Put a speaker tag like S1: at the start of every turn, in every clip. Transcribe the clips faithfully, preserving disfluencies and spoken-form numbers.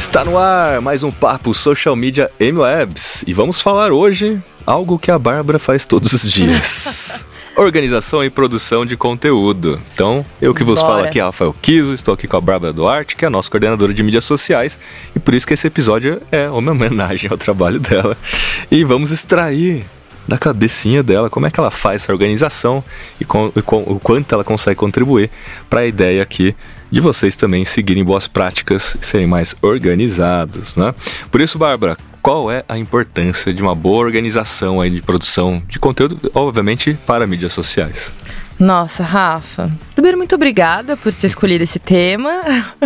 S1: Está no ar mais um Papo Social Media M-Labs e vamos falar hoje algo que a Bárbara faz todos os dias. Organização e produção de conteúdo. Então, eu que vos
S2: Bora.
S1: falo aqui é Rafael Kiso, estou aqui com a Bárbara Duarte, que é a nossa coordenadora de mídias sociais, e por isso que esse episódio é uma homenagem ao trabalho dela. E vamos extrair da cabecinha dela como é que ela faz essa organização e, com, e com, o quanto ela consegue contribuir para a ideia aqui de vocês também seguirem boas práticas e serem mais organizados, né? Por isso, Bárbara, qual é a importância de uma boa organização aí de produção de conteúdo, obviamente, para mídias sociais?
S2: Nossa, Rafa, primeiro, muito obrigada por ter escolhido esse tema.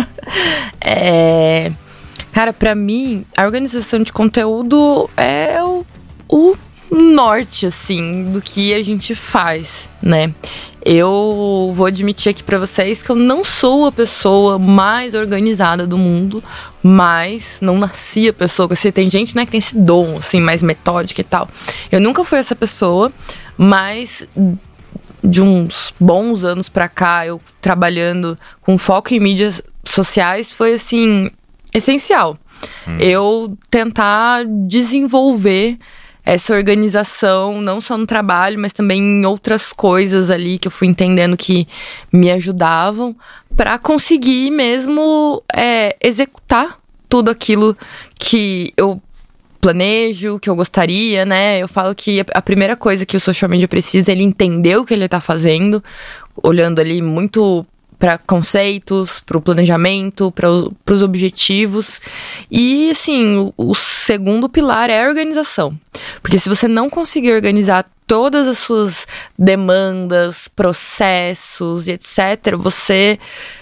S2: é, cara, pra mim, a organização de conteúdo é o, o norte, assim, do que a gente faz, né? Eu vou admitir aqui pra vocês que eu não sou a pessoa mais organizada do mundo, mas não nasci a pessoa. Assim, tem gente, né, que tem esse dom, assim, mais metódica e tal. Eu nunca fui essa pessoa, mas de uns bons anos pra cá, eu trabalhando com foco em mídias sociais, foi, assim, essencial. Hum. Eu tentar desenvolver essa organização, não só no trabalho, mas também em outras coisas ali que eu fui entendendo que me ajudavam para conseguir mesmo é, executar tudo aquilo que eu planejo, que eu gostaria, né? Eu falo que a primeira coisa que o social media precisa é ele entender o que ele tá fazendo, olhando ali muito para conceitos, para o planejamento, para os objetivos. E, assim, o, o segundo pilar é a organização. Porque se você não conseguir organizar todas as suas demandas, processos e etcétera, você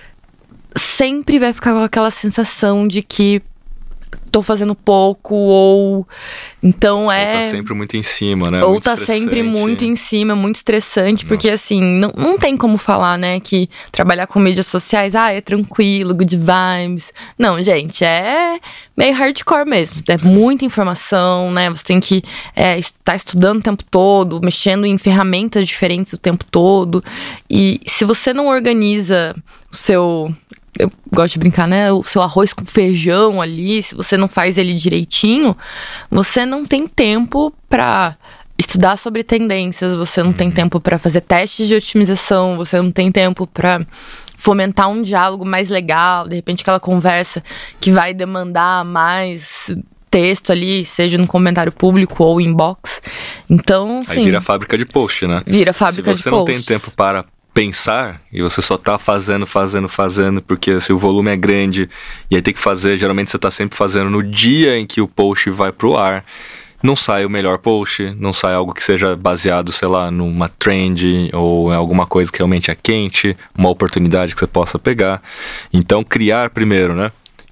S2: sempre vai ficar com aquela sensação de que tô fazendo pouco, ou então é...
S1: Ou tá sempre muito em cima, né?
S2: Ou
S1: muito
S2: tá sempre muito em cima, muito estressante, não. Porque assim, não, não tem como falar, né, que trabalhar com mídias sociais, ah, é tranquilo, good vibes. Não, gente, é meio hardcore mesmo, é muita informação, né, você tem que é, estar estudando o tempo todo, mexendo em ferramentas diferentes o tempo todo, e se você não organiza o seu... Eu gosto de brincar, né? O seu arroz com feijão ali, se você não faz ele direitinho, você não tem tempo pra estudar sobre tendências, você não tem tempo pra fazer testes de otimização, você não tem tempo pra fomentar um diálogo mais legal, de repente aquela conversa que vai demandar mais texto ali, seja no comentário público ou inbox. Então, sim.
S1: Aí vira fábrica de post, né?
S2: Vira fábrica de post.
S1: Se você não tem tempo para pensar, e você só tá fazendo, fazendo, fazendo, porque assim, o volume é grande, e aí tem que fazer, geralmente você tá sempre fazendo no dia em que o post vai pro ar, não sai o melhor post, não sai algo que seja baseado, sei lá, numa trend, ou em alguma coisa que realmente é quente, uma oportunidade que você possa pegar. Então, criar primeiro, né,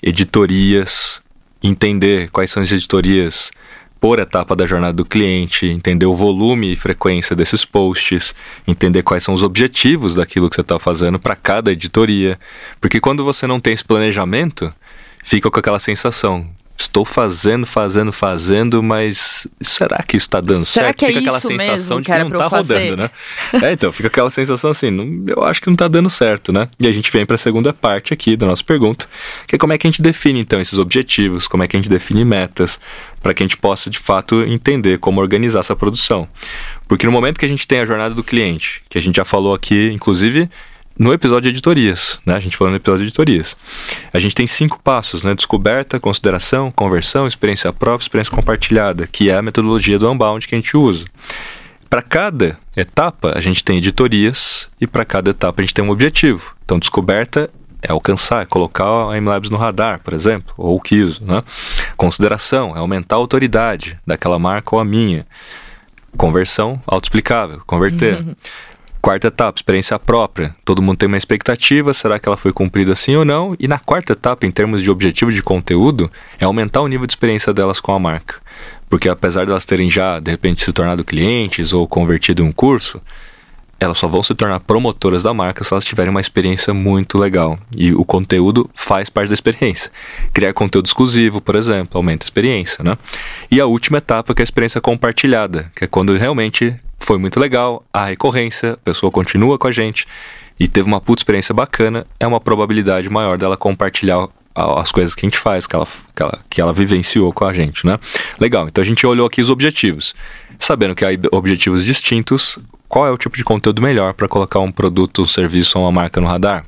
S1: editorias, entender quais são as editorias por etapa da jornada do cliente, entender o volume e frequência desses posts, entender quais são os objetivos daquilo que você está fazendo para cada editoria. Porque quando você não tem esse planejamento, fica com aquela sensação, estou fazendo, fazendo, fazendo, mas será que isso está dando
S2: será
S1: certo?
S2: Que é
S1: fica aquela
S2: isso
S1: sensação
S2: mesmo
S1: de que não está rodando, né? É, então, fica aquela sensação assim, não, eu acho que não está dando certo, né? E a gente vem para a segunda parte aqui da nossa pergunta, que é como é que a gente define, então, esses objetivos, como é que a gente define metas, para que a gente possa, de fato, entender como organizar essa produção. Porque no momento que a gente tem a jornada do cliente, que a gente já falou aqui, inclusive no episódio de editorias, né? A gente falou no episódio de editorias. A gente tem cinco passos, né? Descoberta, consideração, conversão, experiência própria, experiência compartilhada, que é a metodologia do Unbound que a gente usa. Para cada etapa, a gente tem editorias e para cada etapa a gente tem um objetivo. Então, descoberta é alcançar, é colocar a M-Labs no radar, por exemplo, ou o Kiso, né? Consideração é aumentar a autoridade daquela marca ou a minha. Conversão, autoexplicável, converter. Uhum. Quarta etapa, experiência própria. Todo mundo tem uma expectativa, será que ela foi cumprida assim ou não? E na quarta etapa, em termos de objetivo de conteúdo, é aumentar o nível de experiência delas com a marca. Porque apesar de elas terem já, de repente, se tornado clientes ou convertido em um curso, elas só vão se tornar promotoras da marca se elas tiverem uma experiência muito legal. E o conteúdo faz parte da experiência. Criar conteúdo exclusivo, por exemplo, aumenta a experiência, né? E a última etapa, que é a experiência compartilhada, que é quando realmente foi muito legal, a recorrência, a pessoa continua com a gente e teve uma puta experiência bacana, é uma probabilidade maior dela compartilhar as coisas que a gente faz, que ela, que, ela, que ela vivenciou com a gente, né? Legal, então a gente olhou aqui os objetivos. Sabendo que há objetivos distintos, qual é o tipo de conteúdo melhor para colocar um produto, um serviço ou uma marca no radar?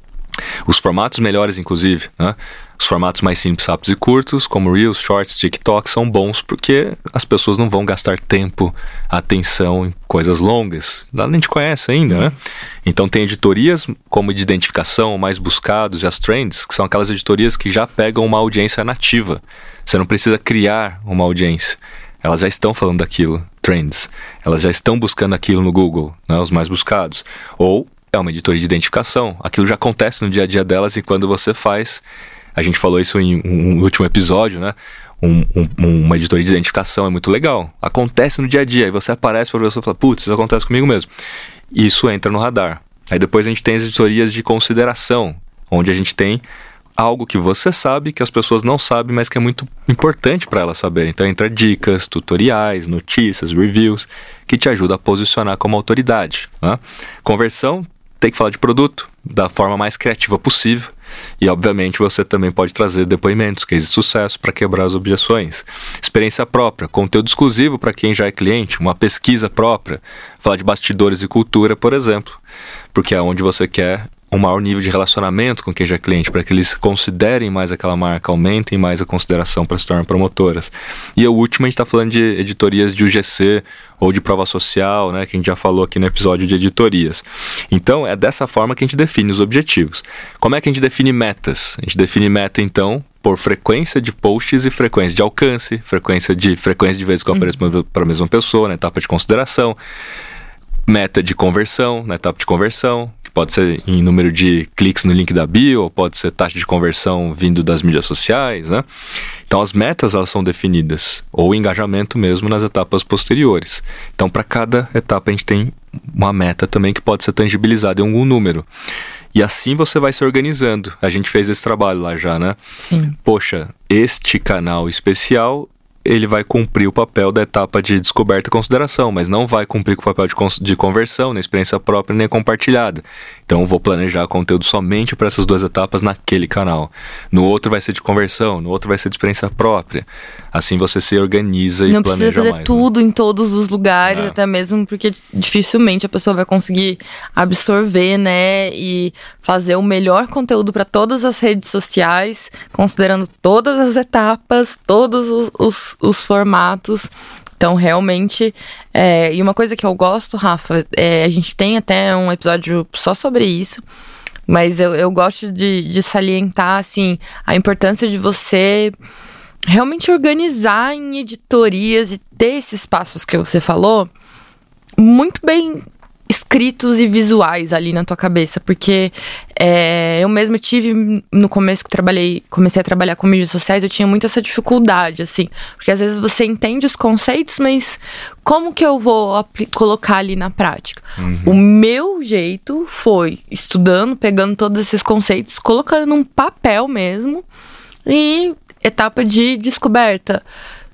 S1: Os formatos melhores, inclusive, né? Os formatos mais simples, rápidos e curtos, como Reels, Shorts, TikTok, são bons porque as pessoas não vão gastar tempo, atenção em coisas longas. A gente conhece ainda, né? Então tem editorias como de identificação, mais buscados, e as trends, que são aquelas editorias que já pegam uma audiência nativa. Você não precisa criar uma audiência. Elas já estão falando daquilo, trends. Elas já estão buscando aquilo no Google, né? Os mais buscados. Ou é uma editoria de identificação. Aquilo já acontece no dia a dia delas e quando você faz... A gente falou isso em um último episódio, né? Um, um, uma editoria de identificação é muito legal. Acontece no dia a dia. Aí você aparece para a pessoa e fala, putz, isso acontece comigo mesmo. E isso entra no radar. Aí depois a gente tem as editorias de consideração, onde a gente tem algo que você sabe, que as pessoas não sabem, mas que é muito importante para elas saberem. Então entra dicas, tutoriais, notícias, reviews, que te ajudam a posicionar como autoridade, né? Conversão, tem que falar de produto da forma mais criativa possível. E, obviamente, você também pode trazer depoimentos, cases de sucesso para quebrar as objeções. Experiência própria, conteúdo exclusivo para quem já é cliente, uma pesquisa própria. Falar de bastidores e cultura, por exemplo, porque é onde você quer um maior nível de relacionamento com quem já é cliente, para que eles considerem mais aquela marca, aumentem mais a consideração para se tornar promotoras. E o último, a gente está falando de editorias de U G C ou de prova social, né, que a gente já falou aqui no episódio de editorias. Então, é dessa forma que a gente define os objetivos. Como é que a gente define metas? A gente define meta, então, por frequência de posts e frequência de alcance, frequência de, frequência de vezes que eu apareço uhum. para a mesma pessoa, na etapa de consideração, meta de conversão, na etapa de conversão, pode ser em número de cliques no link da bio, ou pode ser taxa de conversão vindo das mídias sociais, né? Então as metas, elas são definidas, ou engajamento mesmo nas etapas posteriores. Então para cada etapa a gente tem uma meta também que pode ser tangibilizada em algum número. E assim você vai se organizando. A gente fez esse trabalho lá já, né?
S2: Sim.
S1: Poxa, este canal especial, ele vai cumprir o papel da etapa de descoberta e consideração, mas não vai cumprir com o papel de, cons- de conversão, nem experiência própria, nem compartilhada. Então eu vou planejar conteúdo somente para essas duas etapas naquele canal. No outro vai ser de conversão, no outro vai ser de experiência própria. Assim você se organiza e
S2: não
S1: planeja mais.
S2: Não precisa fazer tudo, né? Em todos os lugares,
S1: é.
S2: Até mesmo porque dificilmente a pessoa vai conseguir absorver, né? E fazer o melhor conteúdo para todas as redes sociais, considerando todas as etapas, todos os, os, os formatos. Então, realmente, é, e uma coisa que eu gosto, Rafa, é, a gente tem até um episódio só sobre isso, mas eu, eu gosto de, de salientar, assim, a importância de você realmente organizar em editorias e ter esses passos que você falou muito bem escritos e visuais ali na tua cabeça, porque é, eu mesma tive, no começo que trabalhei, comecei a trabalhar com mídias sociais, eu tinha muito essa dificuldade, assim, porque às vezes você entende os conceitos, mas como que eu vou apl- colocar ali na prática? Uhum. O meu jeito foi estudando, pegando todos esses conceitos, colocando num papel mesmo, e etapa de descoberta,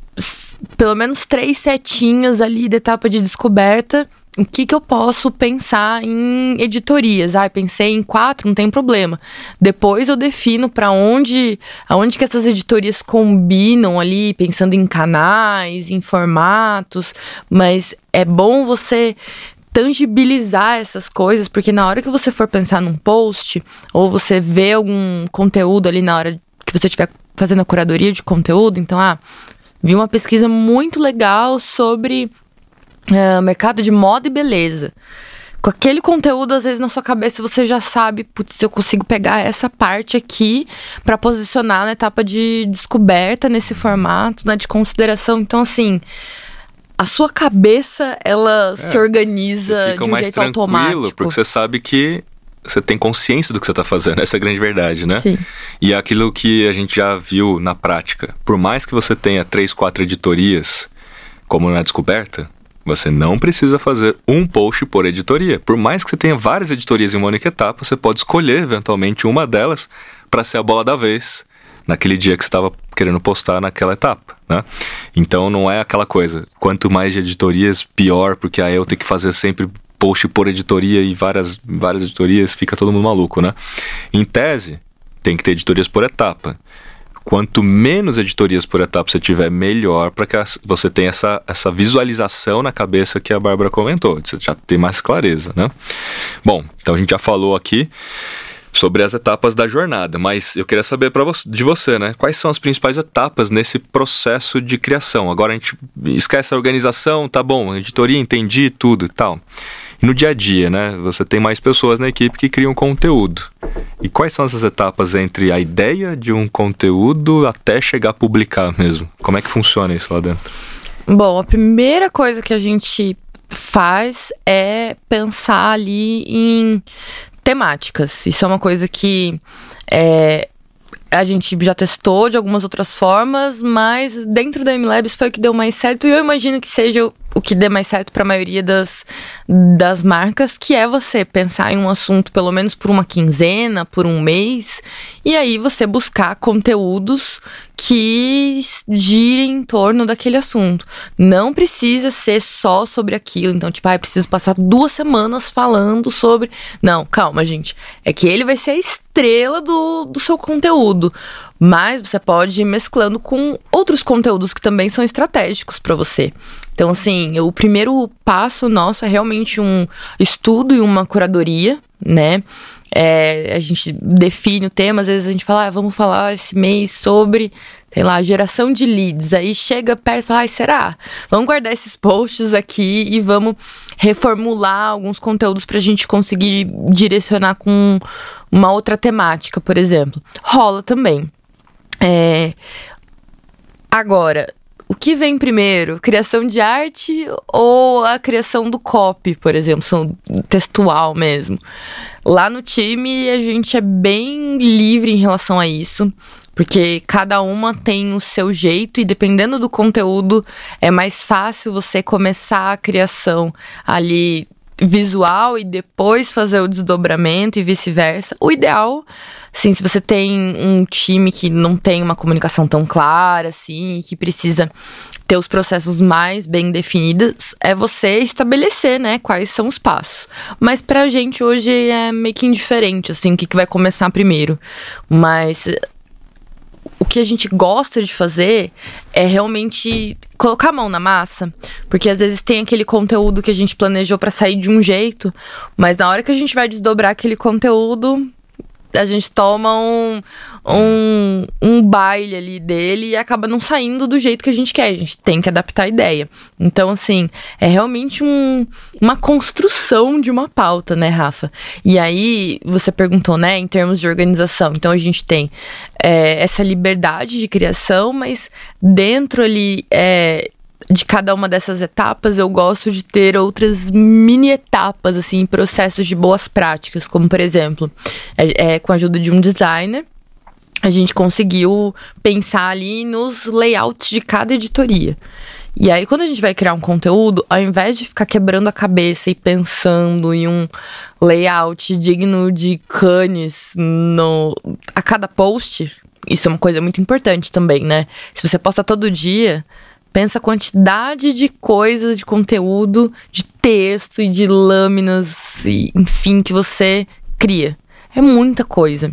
S2: pelo menos três setinhas ali da etapa de descoberta. O que que eu posso pensar em editorias? Ah, pensei em quatro, não tem problema. Depois eu defino para onde, aonde que essas editorias combinam ali, pensando em canais, em formatos. Mas é bom você tangibilizar essas coisas, porque na hora que você for pensar num post, ou você vê algum conteúdo ali na hora que você estiver fazendo a curadoria de conteúdo, então, ah, vi uma pesquisa muito legal sobre Uh, mercado de moda e beleza. Com aquele conteúdo, às vezes, na sua cabeça, você já sabe, putz, eu consigo pegar essa parte aqui pra posicionar na etapa de descoberta, nesse formato, né, de consideração. Então, assim, a sua cabeça, ela é, se organiza de um
S1: mais
S2: jeito automático.
S1: Porque você sabe que você tem consciência do que você está fazendo, essa é a grande verdade, né?
S2: Sim.
S1: E é aquilo que a gente já viu na prática. Por mais que você tenha três, quatro editorias, como na descoberta, você não precisa fazer um post por editoria. Por mais que você tenha várias editorias em uma única etapa, você pode escolher, eventualmente, uma delas para ser a bola da vez naquele dia que você estava querendo postar naquela etapa, né? Então, não é aquela coisa, quanto mais de editorias, pior, porque aí eu tenho que fazer sempre post por editoria e várias, várias editorias, fica todo mundo maluco, né? Em tese, tem que ter editorias por etapa. Quanto menos editorias por etapa você tiver, melhor, para que você tenha essa, essa visualização na cabeça que a Bárbara comentou, você já tem mais clareza, né? Bom, então a gente já falou aqui sobre as etapas da jornada, mas eu queria saber pra você, de você, né? Quais são as principais etapas nesse processo de criação? Agora a gente esquece a organização, tá bom, editoria, entendi tudo e tal. E no dia a dia, né? Você tem mais pessoas na equipe que criam conteúdo. E quais são essas etapas entre a ideia de um conteúdo até chegar a publicar mesmo? Como é que funciona isso lá dentro?
S2: Bom, a primeira coisa que a gente faz é pensar ali em temáticas. Isso é uma coisa que é, a gente já testou de algumas outras formas, mas dentro da M-Labs foi o que deu mais certo, e eu imagino que seja o que dê mais certo para a maioria das, das marcas, que é você pensar em um assunto pelo menos por uma quinzena, por um mês, e aí você buscar conteúdos que girem em torno daquele assunto. Não precisa ser só sobre aquilo, então tipo, ah, preciso passar duas semanas falando sobre... Não, calma, gente. É que ele vai ser a estrela do, do seu conteúdo, mas você pode ir mesclando com outros conteúdos que também são estratégicos para você. Então, assim, o primeiro passo nosso é realmente um estudo e uma curadoria, né? É, a gente define o tema, às vezes a gente fala, ah, vamos falar esse mês sobre, sei lá, geração de leads. Aí chega perto e fala, ah, será? Vamos guardar esses posts aqui e vamos reformular alguns conteúdos pra gente conseguir direcionar com uma outra temática, por exemplo. Rola também. É... Agora, o que vem primeiro? Criação de arte ou a criação do copy, por exemplo, são textual mesmo? Lá no time a gente é bem livre em relação a isso, porque cada uma tem o seu jeito e dependendo do conteúdo é mais fácil você começar a criação ali visual e depois fazer o desdobramento e vice-versa. O ideal, assim, se você tem um time que não tem uma comunicação tão clara, assim, que precisa ter os processos mais bem definidos, é você estabelecer, né, quais são os passos. Mas pra gente hoje é meio que indiferente, assim, o que, que vai começar primeiro. Mas o que a gente gosta de fazer é realmente colocar a mão na massa, porque às vezes tem aquele conteúdo que a gente planejou pra sair de um jeito, mas na hora que a gente vai desdobrar aquele conteúdo, a gente toma um, um, um baile ali dele e acaba não saindo do jeito que a gente quer. A gente tem que adaptar a ideia. Então, assim, é realmente um, uma construção de uma pauta, né, Rafa? E aí, você perguntou, né, em termos de organização. Então, a gente tem é, essa liberdade de criação, mas dentro ali... É, de cada uma dessas etapas, eu gosto de ter outras mini etapas, assim, processos de boas práticas, como, por exemplo, é, é, com a ajuda de um designer, a gente conseguiu pensar ali nos layouts de cada editoria. E aí, quando a gente vai criar um conteúdo, ao invés de ficar quebrando a cabeça e pensando em um layout digno de Cannes no, a cada post, isso é uma coisa muito importante também, né? Se você posta todo dia... Pensa a quantidade de coisas, de conteúdo, de texto e de lâminas, e, enfim, que você cria. É muita coisa.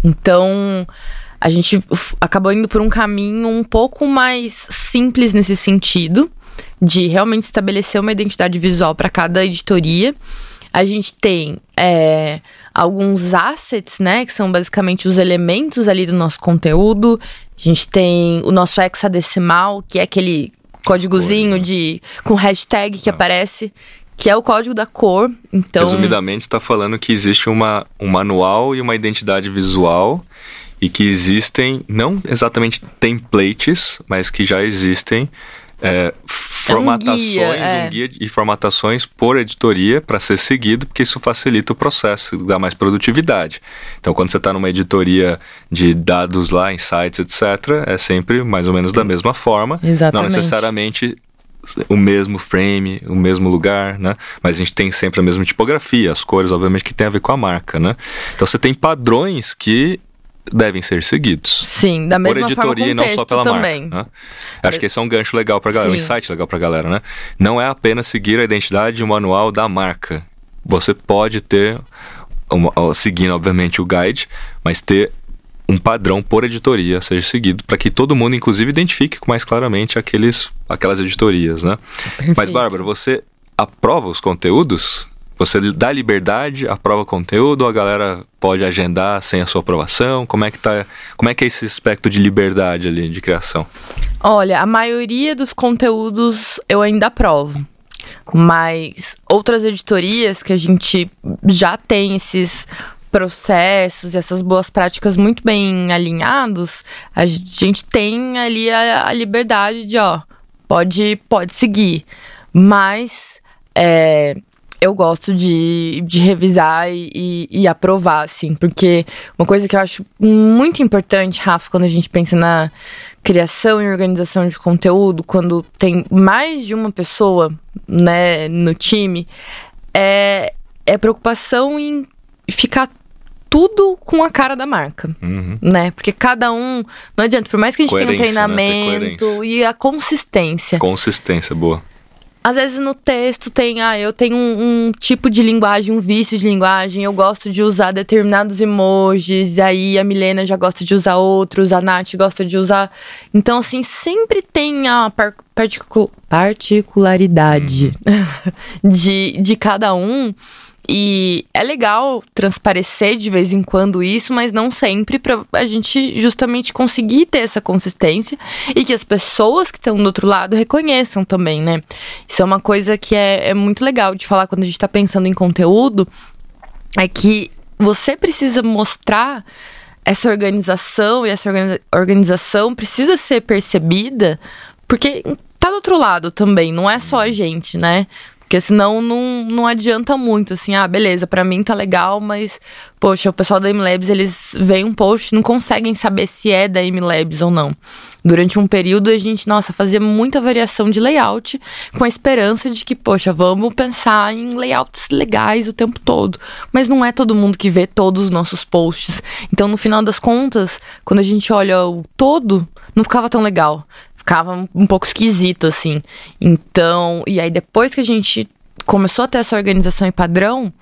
S2: Então, a gente acabou indo por um caminho um pouco mais simples nesse sentido, de realmente estabelecer uma identidade visual para cada editoria. A gente tem é, alguns assets, né, que são basicamente os elementos ali do nosso conteúdo. A gente tem o nosso hexadecimal, que é aquele códigozinho de, com hashtag que ah. aparece, que é o código da cor. Então,
S1: resumidamente, está falando que existe uma, um manual e uma identidade visual e que existem, não exatamente templates, mas que já existem é, formatações, um guia, é. um guia de formatações por editoria para ser seguido, porque isso facilita o processo, dá mais produtividade. Então, quando você está numa editoria de dados lá, insights, etcétera, é sempre mais ou menos da mesma forma.
S2: Exatamente.
S1: Não necessariamente o mesmo frame, o mesmo lugar, né? Mas a gente tem sempre a mesma tipografia, as cores, obviamente, que tem a ver com a marca, né? Então, você tem padrões que devem ser seguidos.
S2: Sim, da mesma
S1: forma por editoria e não só pela
S2: também.
S1: marca. Né? Acho que esse é um gancho legal pra galera, Sim. um insight legal pra galera, né? Não é apenas seguir a identidade e o manual da marca. Você pode ter, uma, seguindo obviamente o guide, mas ter um padrão por editoria a ser seguido, para que todo mundo, inclusive, identifique mais claramente aqueles, aquelas editorias, né?
S2: Perfeito.
S1: Mas, Bárbara, você aprova os conteúdos? Você dá liberdade, aprova conteúdo, ou a galera pode agendar sem a sua aprovação? Como é que tá, como é que é esse aspecto de liberdade ali, de criação?
S2: Olha, a maioria dos conteúdos eu ainda aprovo. Mas outras editorias que a gente já tem esses processos e essas boas práticas muito bem alinhados, a gente tem ali a, a liberdade de, ó, pode, pode seguir. Mas é, eu gosto de, de revisar e, e, e aprovar, assim, porque uma coisa que eu acho muito importante, Rafa, quando a gente pensa na criação e organização de conteúdo, quando tem mais de uma pessoa, né, no time, é, é preocupação em ficar tudo com a cara da marca,
S1: uhum.
S2: né? Porque cada um, não adianta, por mais que a gente tenha um treinamento, né? E a consistência.
S1: Consistência, boa.
S2: Às vezes no texto tem, ah, eu tenho um, um tipo de linguagem, um vício de linguagem, eu gosto de usar determinados emojis, e aí a Milena já gosta de usar outros, a Nath gosta de usar. Então, assim, sempre tem a par- particu- particularidade uhum. de, de cada um. E é legal transparecer de vez em quando isso, mas não sempre, pra a gente justamente conseguir ter essa consistência e que as pessoas que estão do outro lado reconheçam também, né? Isso é uma coisa que é, é muito legal de falar quando a gente tá pensando em conteúdo, é que você precisa mostrar essa organização, e essa organiza- organização precisa ser percebida, porque tá do outro lado também, não é só a gente, né? Porque senão não, não adianta muito, assim, ah, beleza, pra mim tá legal, mas, poxa, o pessoal da M-Labs, eles veem um post e não conseguem saber se é da M-Labs ou não. Durante um período, a gente, nossa, fazia muita variação de layout, com a esperança de que, poxa, vamos pensar em layouts legais o tempo todo. Mas não é todo mundo que vê todos os nossos posts. Então, no final das contas, quando a gente olha o todo, não ficava tão legal. Ficava um pouco esquisito, assim. Então, e aí depois que a gente começou a ter essa organização e padrão,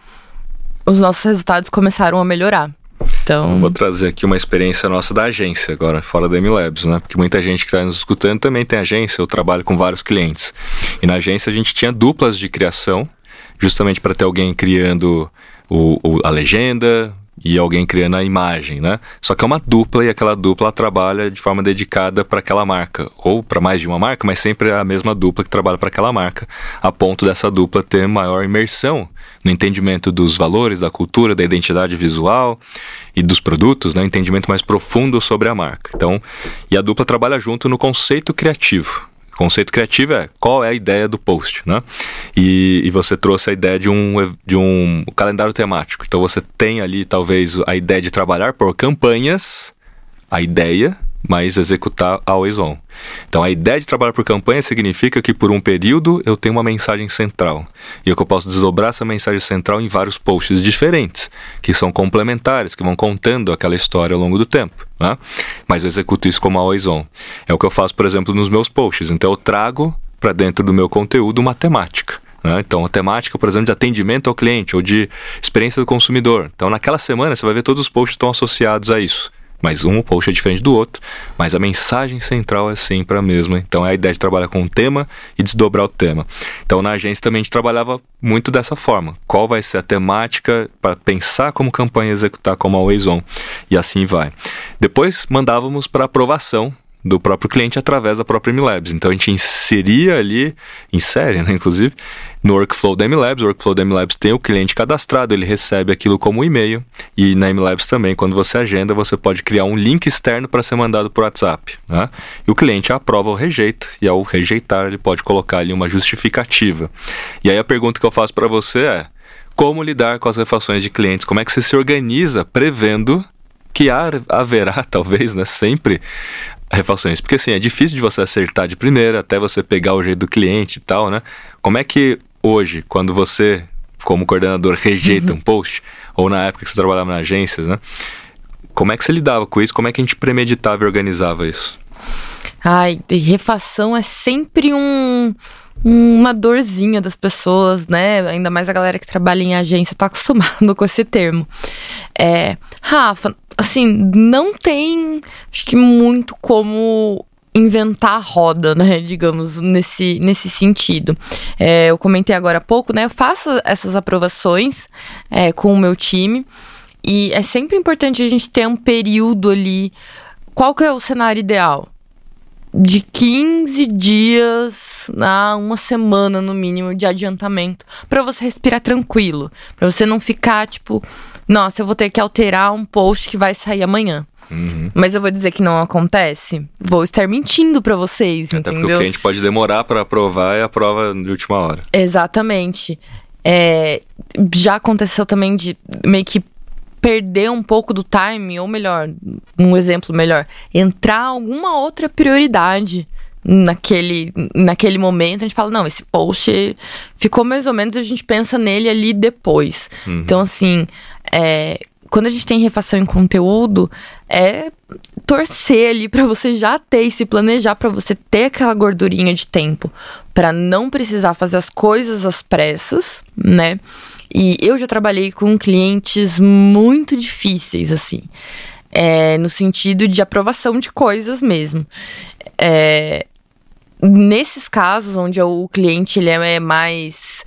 S2: os nossos resultados começaram a melhorar. Então...
S1: Eu vou trazer aqui uma experiência nossa da agência agora, fora da M-Labs, né? Porque muita gente que está nos escutando também tem agência, eu trabalho com vários clientes. E na agência a gente tinha duplas de criação, justamente para ter alguém criando o, o, a legenda... e alguém criando a imagem, né? Só que é uma dupla e aquela dupla trabalha de forma dedicada para aquela marca. Ou para mais de uma marca, mas sempre é a mesma dupla que trabalha para aquela marca. A ponto dessa dupla ter maior imersão no entendimento dos valores, da cultura, da identidade visual e dos produtos, né? Um entendimento mais profundo sobre a marca. Então, e a dupla trabalha junto no conceito criativo. O conceito criativo é qual é a ideia do post, né? E, e você trouxe a ideia de um, de um calendário temático. Então você tem ali talvez a ideia de trabalhar por campanhas, a ideia, mas executar always on. Então a ideia de trabalhar por campanha significa que por um período eu tenho uma mensagem central. E eu posso desdobrar essa mensagem central em vários posts diferentes, que são complementares, que vão contando aquela história ao longo do tempo, né? Mas eu executo isso como always on. É o que eu faço, por exemplo, nos meus posts. Então eu trago para dentro do meu conteúdo uma temática. Né? Então, a temática, por exemplo, de atendimento ao cliente ou de experiência do consumidor. Então, naquela semana, você vai ver todos os posts estão associados a isso. Mas um post é diferente do outro, mas a mensagem central é sempre a mesma. Então, é a ideia de trabalhar com um tema e desdobrar o tema. Então, na agência também a gente trabalhava muito dessa forma. Qual vai ser a temática para pensar como campanha e executar como always on. E assim vai. Depois, mandávamos para aprovação do próprio cliente através da própria M-Labs. Então a gente inseria ali, insere, né, inclusive, no workflow da M-Labs. O workflow da M-Labs tem o cliente cadastrado, ele recebe aquilo como e-mail. E na M-Labs também, quando você agenda, você pode criar um link externo para ser mandado por WhatsApp, né? E o cliente aprova ou rejeita, e ao rejeitar ele pode colocar ali uma justificativa. E aí a pergunta que eu faço para você é: como lidar com as refações de clientes? Como é que você se organiza prevendo que haverá, talvez, né, sempre refações? Porque assim, é difícil de você acertar de primeira, até você pegar o jeito do cliente e tal, né? Como é que hoje, quando você, como coordenador, rejeita um post, ou na época que você trabalhava na agência, né? Como é que você lidava com isso? Como é que a gente premeditava e organizava isso?
S2: Ai, refação é sempre um... uma dorzinha das pessoas, né? Ainda mais a galera que trabalha em agência tá acostumado com esse termo. É, Rafa, assim, não tem, acho que muito como inventar a roda, né, digamos, nesse, nesse sentido. É, eu comentei agora há pouco, né, eu faço essas aprovações é, com o meu time, e é sempre importante a gente ter um período ali. Qual que é o cenário ideal? De quinze dias a uma semana, no mínimo, de adiantamento, para você respirar tranquilo, para você não ficar, tipo, nossa, eu vou ter que alterar um post que vai sair amanhã. Uhum. Mas eu vou dizer que não acontece? Vou estar mentindo pra vocês,
S1: Até
S2: entendeu?
S1: Porque o cliente pode demorar pra aprovar e aprova de última hora.
S2: Exatamente. É, já aconteceu também de meio que perder um pouco do time, ou melhor, um exemplo melhor, entrar alguma outra prioridade naquele, naquele momento. A gente fala, não, esse post ficou mais ou menos, a gente pensa nele ali depois. Uhum. Então, assim, é... quando a gente tem refação em conteúdo, é torcer ali pra você já ter e se planejar pra você ter aquela gordurinha de tempo, pra não precisar fazer as coisas às pressas, né? E eu já trabalhei com clientes muito difíceis, assim, é, no sentido de aprovação de coisas mesmo. É, nesses casos onde o cliente ele é mais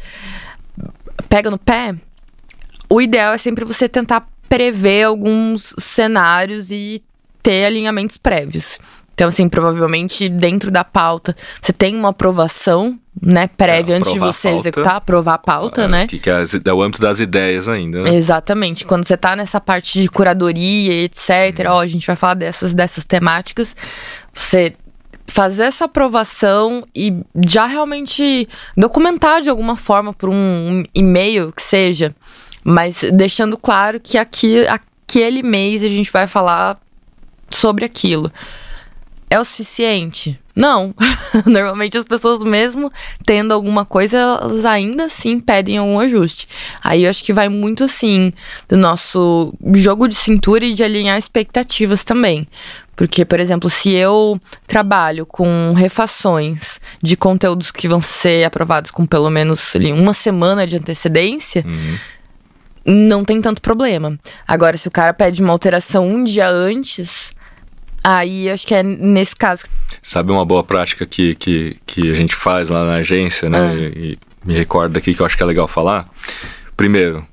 S2: pega no pé, o ideal é sempre você tentar prever alguns cenários e ter alinhamentos prévios. Então, assim, provavelmente dentro da pauta você tem uma aprovação, né, prévia é, antes de você executar, aprovar a pauta,
S1: é,
S2: né?
S1: Que, que é, é o âmbito das ideias ainda, né?
S2: Exatamente. Quando você tá nessa parte de curadoria, etcétera, hum. ó, a gente vai falar dessas, dessas temáticas, você fazer essa aprovação e já realmente documentar de alguma forma por um, um e-mail que seja, mas deixando claro que aqui, aquele mês a gente vai falar sobre aquilo. É o suficiente? Não. Normalmente as pessoas, mesmo tendo alguma coisa, elas ainda assim pedem algum ajuste. Aí eu acho que vai muito assim do nosso jogo de cintura e de alinhar expectativas também. Porque, por exemplo, se eu trabalho com refações de conteúdos que vão ser aprovados com pelo menos ali, uma semana de antecedência, uhum. não tem tanto problema. Agora, se o cara pede uma alteração um dia antes, aí acho que é nesse caso.
S1: Sabe uma boa prática que, que, que a gente faz lá na agência, né? Ah. E, e me recordo aqui que eu acho que é legal falar. Primeiro,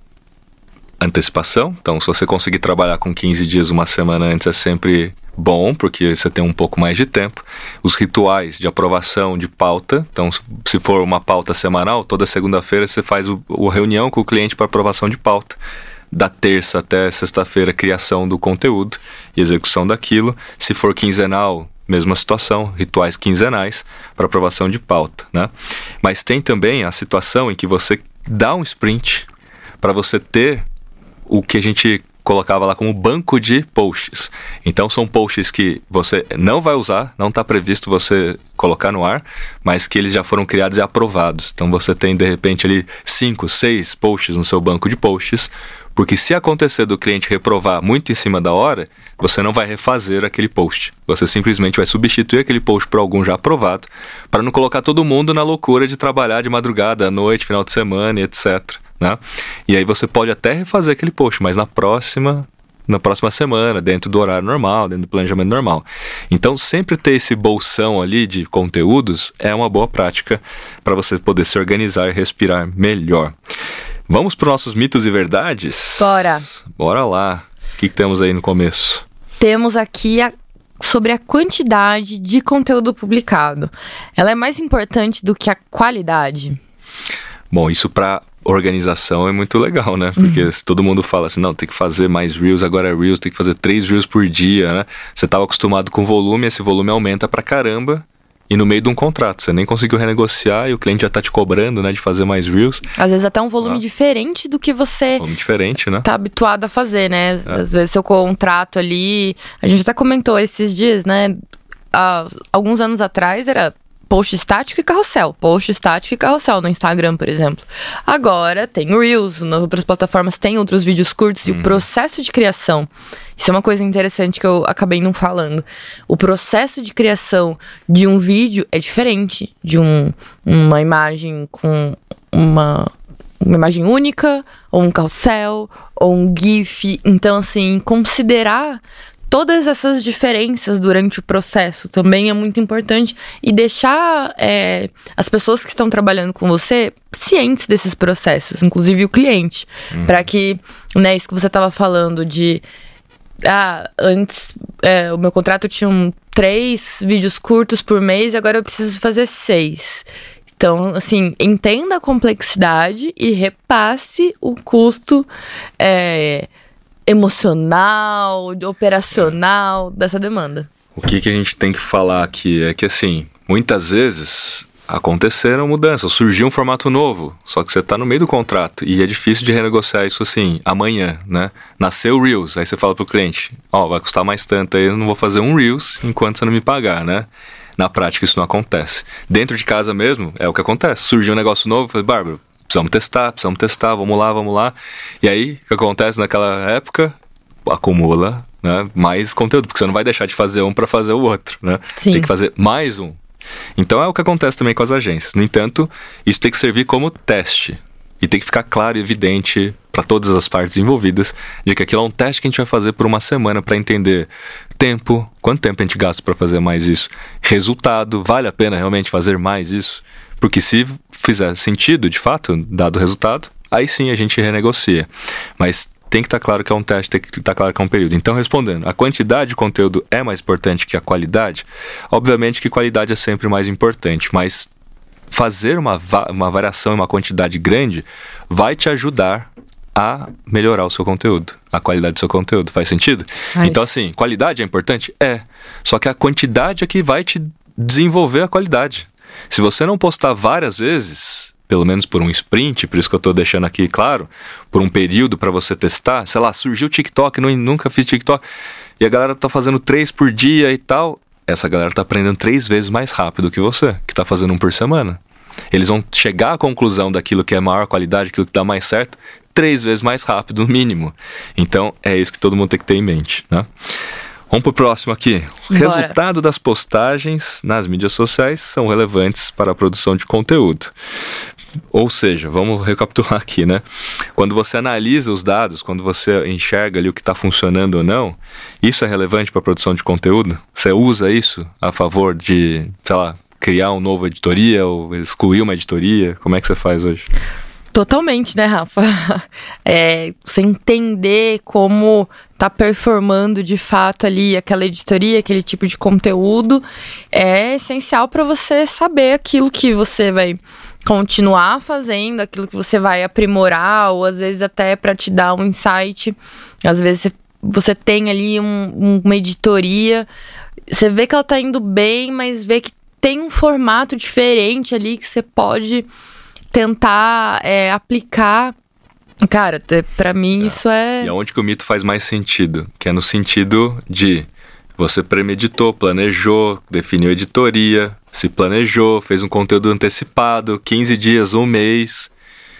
S1: antecipação. Então, se você conseguir trabalhar com quinze dias, uma semana antes, é sempre bom, porque você tem um pouco mais de tempo. Os rituais de aprovação de pauta. Então, se for uma pauta semanal, toda segunda-feira você faz o, o reunião com o cliente para aprovação de pauta. Da terça até sexta-feira, criação do conteúdo e execução daquilo. Se for quinzenal, mesma situação, rituais quinzenais para aprovação de pauta, né? Mas tem também a situação em que você dá um sprint para você ter o que a gente colocava lá como banco de posts. Então são posts que você não vai usar, não está previsto você colocar no ar, mas que eles já foram criados e aprovados. Então você tem de repente ali cinco, seis posts no seu banco de posts, porque se acontecer do cliente reprovar muito em cima da hora, você não vai refazer aquele post. Você simplesmente vai substituir aquele post por algum já aprovado, para não colocar todo mundo na loucura de trabalhar de madrugada, à noite, final de semana, etcétera. Né? E aí você pode até refazer aquele post, mas na próxima, na próxima semana, dentro do horário normal, dentro do planejamento normal. Então, sempre ter esse bolsão ali de conteúdos é uma boa prática para você poder se organizar e respirar melhor. Vamos para os nossos mitos e verdades?
S2: Bora!
S1: Bora lá! O que, que temos aí no começo?
S2: Temos aqui a, sobre a quantidade de conteúdo publicado. Ela é mais importante do que a qualidade?
S1: Bom, isso para organização é muito legal, né? Porque uhum. se todo mundo fala assim, não, tem que fazer mais Reels, agora é Reels, tem que fazer três Reels por dia, né? Você estava acostumado com volume, esse volume aumenta pra caramba. E no meio de um contrato, você nem conseguiu renegociar e o cliente já tá te cobrando, né, de fazer mais Reels.
S2: Às vezes até um volume ah. diferente do que você
S1: volume diferente, né?
S2: tá habituado a fazer, né? É. Às vezes seu contrato ali... A gente até comentou esses dias, né? Há alguns anos atrás era post estático e carrossel. Post estático e carrossel no Instagram, por exemplo. Agora tem Reels, nas outras plataformas tem outros vídeos curtos. Uhum. E o processo de criação... Isso é uma coisa interessante que eu acabei não falando. O processo de criação de um vídeo é diferente de um, uma imagem com uma, uma imagem única, ou um carrossel, ou um GIF. Então, assim, considerar todas essas diferenças durante o processo também é muito importante e deixar é, as pessoas que estão trabalhando com você cientes desses processos, inclusive o cliente, uhum. para que, né, isso que você estava falando de ah, antes é, o meu contrato tinha um, três vídeos curtos por mês e agora eu preciso fazer seis. Então, assim, entenda a complexidade e repasse o custo é, emocional, operacional dessa demanda.
S1: O que, que a gente tem que falar aqui é que, assim, muitas vezes aconteceram mudanças, surgiu um formato novo, só que você está no meio do contrato e é difícil de renegociar isso assim, amanhã, né? Nasceu o Reels, aí você fala pro cliente, ó, oh, vai custar mais tanto, aí eu não vou fazer um Reels enquanto você não me pagar, né? Na prática isso não acontece. Dentro de casa mesmo, é o que acontece. Surgiu um negócio novo, eu falei, Bárbara, precisamos testar, precisamos testar, vamos lá, vamos lá. E aí, o que acontece naquela época? Acumula, né, mais conteúdo, porque você não vai deixar de fazer um para fazer o outro, né?
S2: Sim.
S1: Tem que fazer mais um. Então é o que acontece também com as agências. No entanto, isso tem que servir como teste. E tem que ficar claro e evidente para todas as partes envolvidas de que aquilo é um teste que a gente vai fazer por uma semana para entender tempo, quanto tempo a gente gasta para fazer mais isso, resultado, vale a pena realmente fazer mais isso? Porque se fizer sentido, de fato, dado o resultado, aí sim a gente renegocia. Mas tem que estar claro que é um teste, tem que estar claro que é um período. Então, respondendo, a quantidade de conteúdo é mais importante que a qualidade? Obviamente que qualidade é sempre mais importante, mas fazer uma, va- uma variação em uma quantidade grande vai te ajudar a melhorar o seu conteúdo, a qualidade do seu conteúdo. Faz sentido?
S2: Faz.
S1: Então, assim, qualidade é importante? É. Só que a quantidade é que vai te desenvolver a qualidade. Se você não postar várias vezes, pelo menos por um sprint, por isso que eu estou deixando aqui claro, por um período para você testar, sei lá, surgiu o TikTok, não, nunca fiz TikTok, e a galera tá fazendo três por dia e tal, essa galera tá aprendendo três vezes mais rápido que você, que tá fazendo um por semana. Eles vão chegar à conclusão daquilo que é maior qualidade, aquilo que dá mais certo, três vezes mais rápido, no mínimo. Então, é isso que todo mundo tem que ter em mente, né? Vamos pro próximo aqui. O
S2: Bora.
S1: Resultado das postagens nas mídias sociais são relevantes para a produção de conteúdo. Ou seja, vamos recapitular aqui, né? Quando você analisa os dados, quando você enxerga ali o que está funcionando ou não, isso é relevante para a produção de conteúdo? Você usa isso a favor de, sei lá, criar uma nova editoria ou excluir uma editoria? Como é que você faz hoje?
S2: Totalmente, né, Rafa? É, você entender como tá performando de fato ali aquela editoria, aquele tipo de conteúdo, é essencial para você saber aquilo que você vai continuar fazendo, aquilo que você vai aprimorar, ou às vezes até para te dar um insight. Às vezes você tem ali um, uma editoria, você vê que ela tá indo bem, mas vê que tem um formato diferente ali que você pode tentar é, aplicar. Cara, pra mim é. isso é...
S1: E aonde que o mito faz mais sentido? Que é no sentido de você premeditou, planejou, definiu editoria, se planejou, fez um conteúdo antecipado, quinze dias, um mês,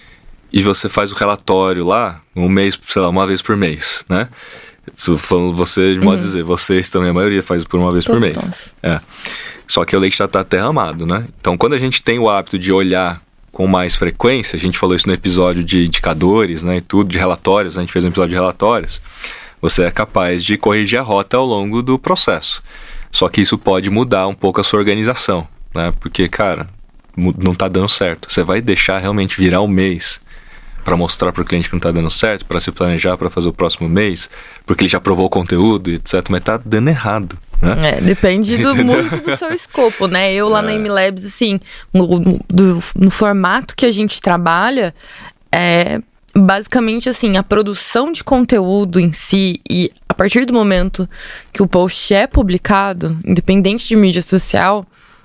S1: e você faz o relatório lá, um mês, sei lá, uma vez por mês, né? Falando você, de modo uhum. dizer, vocês também, a maioria faz por uma vez Todos por mês. Nós. É. Só que o leite já tá derramado, né? Então, quando a gente tem o hábito de olhar com mais frequência, a gente falou isso no episódio de indicadores, né, e tudo, de relatórios, a gente fez um episódio de relatórios, você é capaz de corrigir a rota ao longo do processo. Só que isso pode mudar um pouco a sua organização, né, porque, cara, não tá dando certo. Você vai deixar realmente virar um mês para mostrar para o cliente que não tá dando certo, para se planejar para fazer o próximo mês, porque ele já provou o conteúdo, etcétera, mas tá dando errado. Né?
S2: É, depende do, muito do seu escopo, né? Eu lá é. na M-Labs, assim, no, no, do, no formato que a gente trabalha, é basicamente assim, a produção de conteúdo em si, e a partir do momento que o post é publicado, independente de mídia social,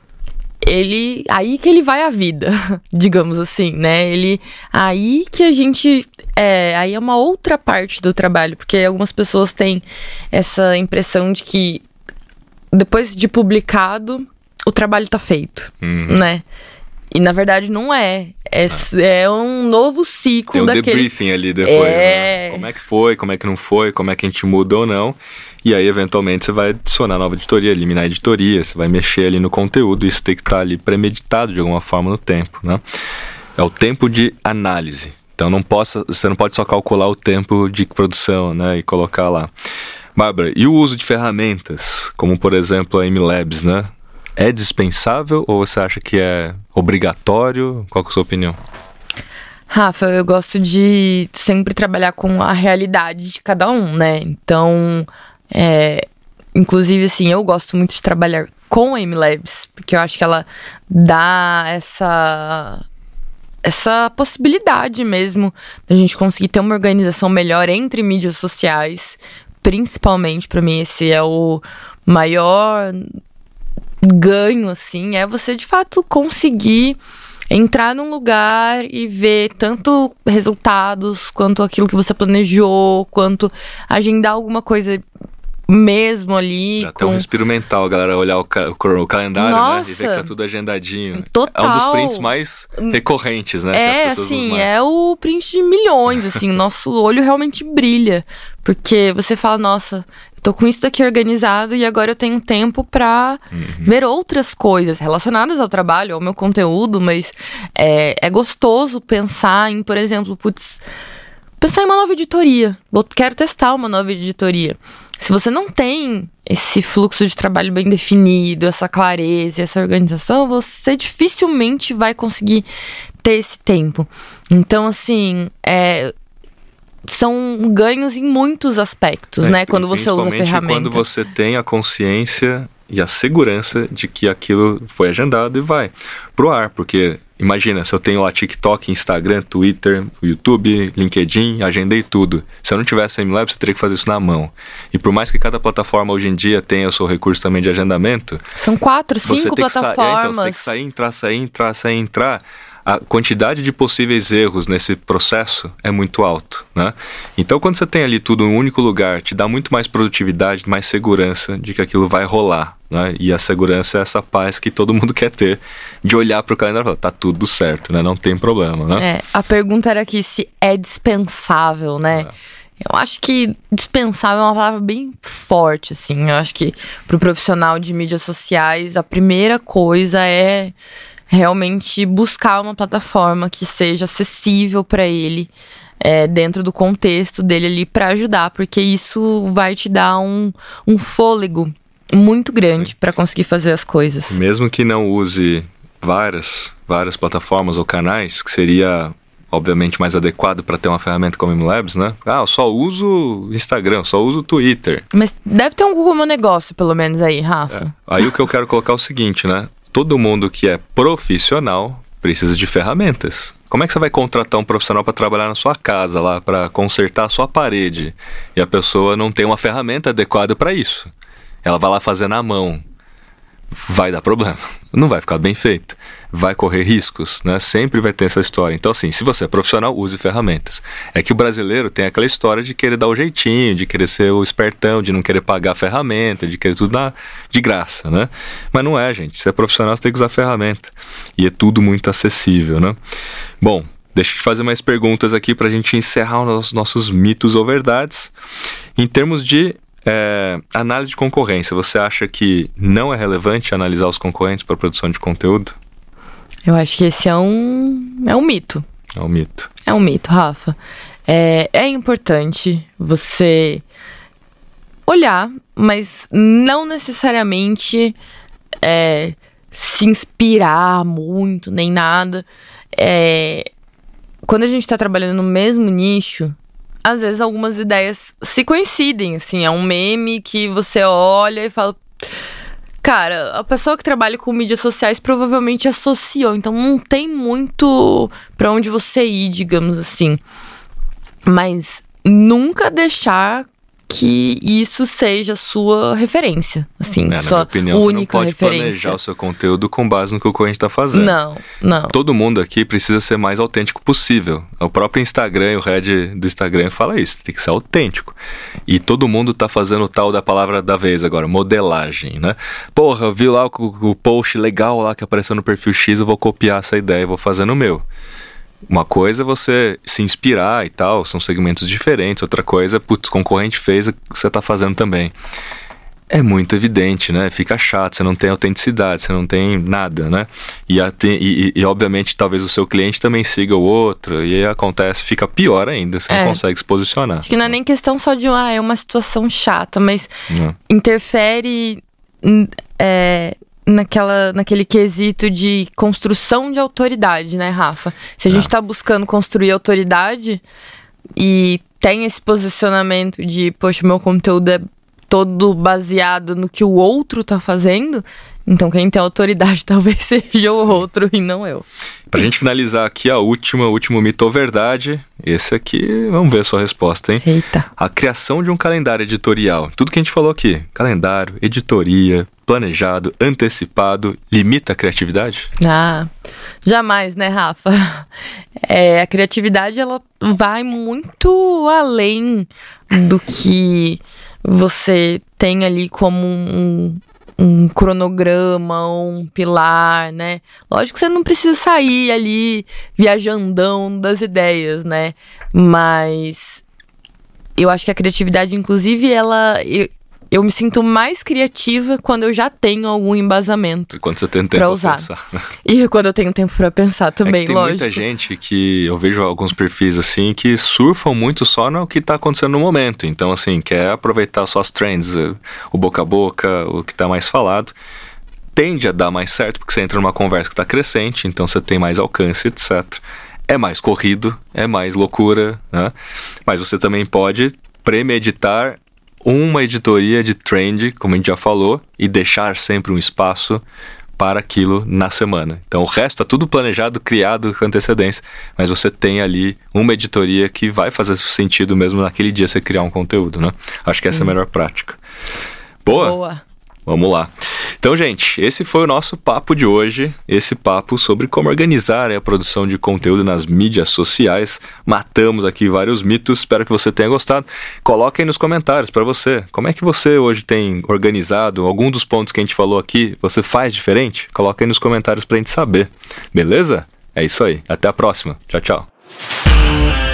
S2: ele, aí que ele vai à vida, digamos assim, né? Ele, aí que a gente, é, aí é uma outra parte do trabalho, porque algumas pessoas têm essa impressão de que depois de publicado, o trabalho tá feito, uhum. né? E na verdade não é. É, ah. é um novo ciclo. Tem um daquele...
S1: debriefing ali depois. É... Né? Como é que foi, como é que não foi, como é que a gente muda ou não. E aí, eventualmente, você vai adicionar nova editoria, eliminar a editoria, você vai mexer ali no conteúdo. Isso tem que estar ali premeditado de alguma forma no tempo, né? É o tempo de análise. Então não possa, você não pode só calcular o tempo de produção, né, e colocar lá. Bárbara, e o uso de ferramentas, como por exemplo a MLabs, né? É dispensável ou você acha que é obrigatório? Qual que é a sua opinião?
S2: Rafa, eu gosto de sempre trabalhar com a realidade de cada um, né? Então, é, inclusive, assim, eu gosto muito de trabalhar com a MLabs, porque eu acho que ela dá essa, essa possibilidade mesmo da gente conseguir ter uma organização melhor entre mídias sociais. Principalmente, pra mim, esse é o maior ganho, assim, é você, de fato, conseguir entrar num lugar e ver tanto resultados, quanto aquilo que você planejou, quanto agendar alguma coisa mesmo ali.
S1: Dá
S2: com...
S1: até um respiro mental, galera, olhar o, ca- o calendário,
S2: Nossa,
S1: né, e ver que tá tudo agendadinho.
S2: Total.
S1: É um dos prints mais recorrentes, né,
S2: É,
S1: que as pessoas
S2: assim,
S1: usam.
S2: é o print de milhões, assim, nosso olho realmente brilha, porque você fala, nossa, eu tô com isso daqui organizado e agora eu tenho tempo pra uhum. ver outras coisas relacionadas ao trabalho, ao meu conteúdo, mas é, é gostoso pensar em, por exemplo, putz, pensar em uma nova editoria, vou, quero testar uma nova editoria. Se você não tem esse fluxo de trabalho bem definido, essa clareza, essa organização, você dificilmente vai conseguir ter esse tempo. Então, assim, é, são ganhos em muitos aspectos, é, né? Quando você usa a ferramenta.
S1: Quando você tem a consciência e a segurança de que aquilo foi agendado e vai pro ar, porque imagina, se eu tenho lá TikTok, Instagram, Twitter, YouTube, LinkedIn, agendei tudo. Se eu não tivesse a MLabs, eu teria que fazer isso na mão. E por mais que cada plataforma hoje em dia tenha o seu recurso também de agendamento...
S2: São quatro, cinco plataformas.
S1: Sa- é, então, você tem que sair, entrar, sair, entrar, sair, entrar... A quantidade de possíveis erros nesse processo é muito alto, né? Então, quando você tem ali tudo em um único lugar, te dá muito mais produtividade, mais segurança de que aquilo vai rolar, né? E a segurança é essa paz que todo mundo quer ter, de olhar para o calendário e falar, tá tudo certo, né? Não tem problema, né?
S2: É, a pergunta era aqui se é dispensável, né? É. Eu acho que dispensável é uma palavra bem forte, assim. Eu acho que pro profissional de mídias sociais, a primeira coisa é... realmente buscar uma plataforma que seja acessível para ele, é, dentro do contexto dele ali, para ajudar, porque isso vai te dar um, um fôlego muito grande para conseguir fazer as coisas.
S1: Mesmo que não use várias, várias plataformas ou canais, que seria obviamente mais adequado para ter uma ferramenta como a MLabs, né? Ah, eu só uso Instagram, eu só uso Twitter.
S2: Mas deve ter um Google Meu Negócio, pelo menos aí, Rafa.
S1: É. Aí o que eu quero colocar é o seguinte, né? Todo mundo que é profissional precisa de ferramentas. Como é que você vai contratar um profissional para trabalhar na sua casa lá, para consertar a sua parede, e a pessoa não tem uma ferramenta adequada para isso? Ela vai lá fazer na mão. Vai dar problema. Não vai ficar bem feito. Vai correr riscos, né? Sempre vai ter essa história. Então, assim, se você é profissional, use ferramentas. É que o brasileiro tem aquela história de querer dar o jeitinho, de querer ser o espertão, de não querer pagar a ferramenta, de querer tudo na, de graça, né? Mas não é, gente. Se é profissional, você tem que usar ferramenta. E é tudo muito acessível, né? Bom, deixa eu te fazer mais perguntas aqui pra gente encerrar os nossos mitos ou verdades. Em termos de É, análise de concorrência, você acha que não é relevante analisar os concorrentes para produção de conteúdo?
S2: Eu acho que esse é um, é um mito.
S1: É um mito.
S2: É um mito, Rafa. É, é importante você olhar, mas não necessariamente é, se inspirar muito, nem nada. É, quando a gente está trabalhando no mesmo nicho, às vezes algumas ideias se coincidem, assim, é um meme que você olha e fala, cara, a pessoa que trabalha com mídias sociais provavelmente associou, então não tem muito pra onde você ir, digamos assim. Mas nunca deixar que isso seja sua referência, assim,
S1: é,
S2: sua
S1: na minha opinião,
S2: única
S1: você não pode
S2: referência.
S1: planejar o seu conteúdo com base no que o concorrente está fazendo.
S2: Não, não.
S1: Todo mundo aqui precisa ser mais autêntico possível. O próprio Instagram, o head do Instagram fala isso, tem que ser autêntico. E todo mundo tá fazendo o tal da palavra da vez agora, modelagem, né? Porra, viu lá o, o post legal lá que apareceu no perfil X, eu vou copiar essa ideia e vou fazer no meu. Uma coisa é você se inspirar e tal, são segmentos diferentes. Outra coisa é, putz, o concorrente fez o que você está fazendo também. é muito evidente, né? Fica chato, você não tem autenticidade, você não tem nada, né? E, e, e obviamente talvez o seu cliente também siga o outro, e aí acontece, fica pior ainda, você é. não consegue se posicionar.
S2: Acho que não é nem questão só de, ah, é uma situação chata, mas é. interfere é, naquela, naquele quesito de construção de autoridade, né, Rafa? Se a gente é. tá buscando construir autoridade e tem esse posicionamento de, poxa, o meu conteúdo é todo baseado no que o outro tá fazendo, então quem tem autoridade talvez seja o outro e não eu.
S1: Pra gente finalizar aqui a última, o último mito ou verdade, esse aqui, vamos ver a sua resposta, hein?
S2: Eita.
S1: A criação de um calendário editorial, tudo que a gente falou aqui, calendário, editoria, planejado, antecipado, limita a criatividade?
S2: Ah, jamais, né, Rafa? É, a criatividade, ela vai muito além do que você tem ali como um, um cronograma ou um pilar, né? Lógico que você não precisa sair ali viajandão das ideias, né? Mas eu acho que a criatividade, inclusive, ela... Eu, eu me sinto mais criativa quando eu já tenho algum embasamento.
S1: E quando você tem tempo pra usar. Pensar.
S2: E quando eu tenho tempo pra pensar também,
S1: é que tem
S2: lógico.
S1: Tem muita gente que... Eu vejo alguns perfis assim que surfam muito só no que tá acontecendo no momento. Então, assim, quer aproveitar só as trends, o boca a boca, o que tá mais falado. Tende a dar mais certo, porque você entra numa conversa que tá crescente, então você tem mais alcance, etcétera. É mais corrido, é mais loucura, né? Mas você também pode premeditar uma editoria de trend, como a gente já falou, e deixar sempre um espaço para aquilo na semana. Então o resto está tudo planejado, criado com antecedência, mas você tem ali uma editoria que vai fazer sentido mesmo naquele dia você criar um conteúdo, né? Acho que essa hum. é a melhor prática. Boa?
S2: Boa.
S1: Vamos lá. Então, gente, esse foi o nosso papo de hoje, esse papo sobre como organizar a produção de conteúdo nas mídias sociais. Matamos aqui vários mitos, espero que você tenha gostado. Coloque aí nos comentários para você, como é que você hoje tem organizado algum dos pontos que a gente falou aqui, você faz diferente? Coloque aí nos comentários pra gente saber, beleza? É isso aí, até a próxima, tchau, tchau.